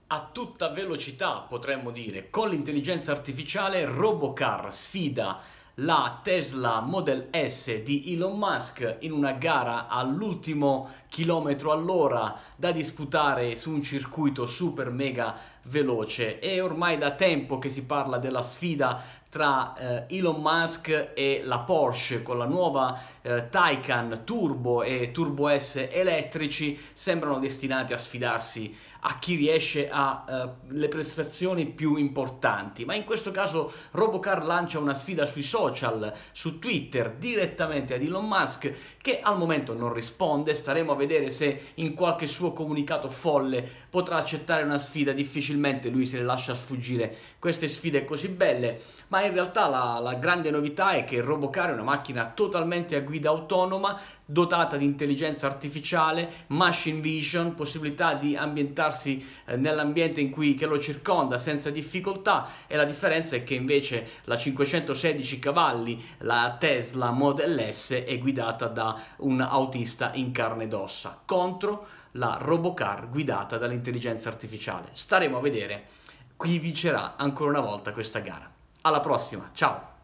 A tutta velocità, potremmo dire, con l'intelligenza artificiale, Robocar sfida la Tesla Model S di Elon Musk in una gara all'ultimo chilometro all'ora da disputare su un circuito super mega veloce. È ormai da tempo che si parla della sfida tra Elon Musk e la Porsche con la nuova Taycan Turbo e Turbo S elettrici. Sembrano destinati a sfidarsi a chi riesce a le prestazioni più importanti, ma in questo caso Robocar lancia una sfida sui social, su Twitter, direttamente ad Elon Musk, che al momento non risponde. Staremo a vedere se in qualche suo comunicato folle potrà accettare una sfida. Difficilmente lui se ne lascia sfuggire queste sfide così belle, ma in realtà la grande novità è che Robocar è una macchina totalmente a guida autonoma, dotata di intelligenza artificiale, machine vision, possibilità di ambientarsi nell'ambiente che lo circonda senza difficoltà. E la differenza è che invece la 516 cavalli, la Tesla Model S, è guidata da un autista in carne ed ossa, contro la Robocar guidata dall'intelligenza artificiale. Staremo a vedere chi vincerà ancora una volta questa gara. Alla prossima, ciao!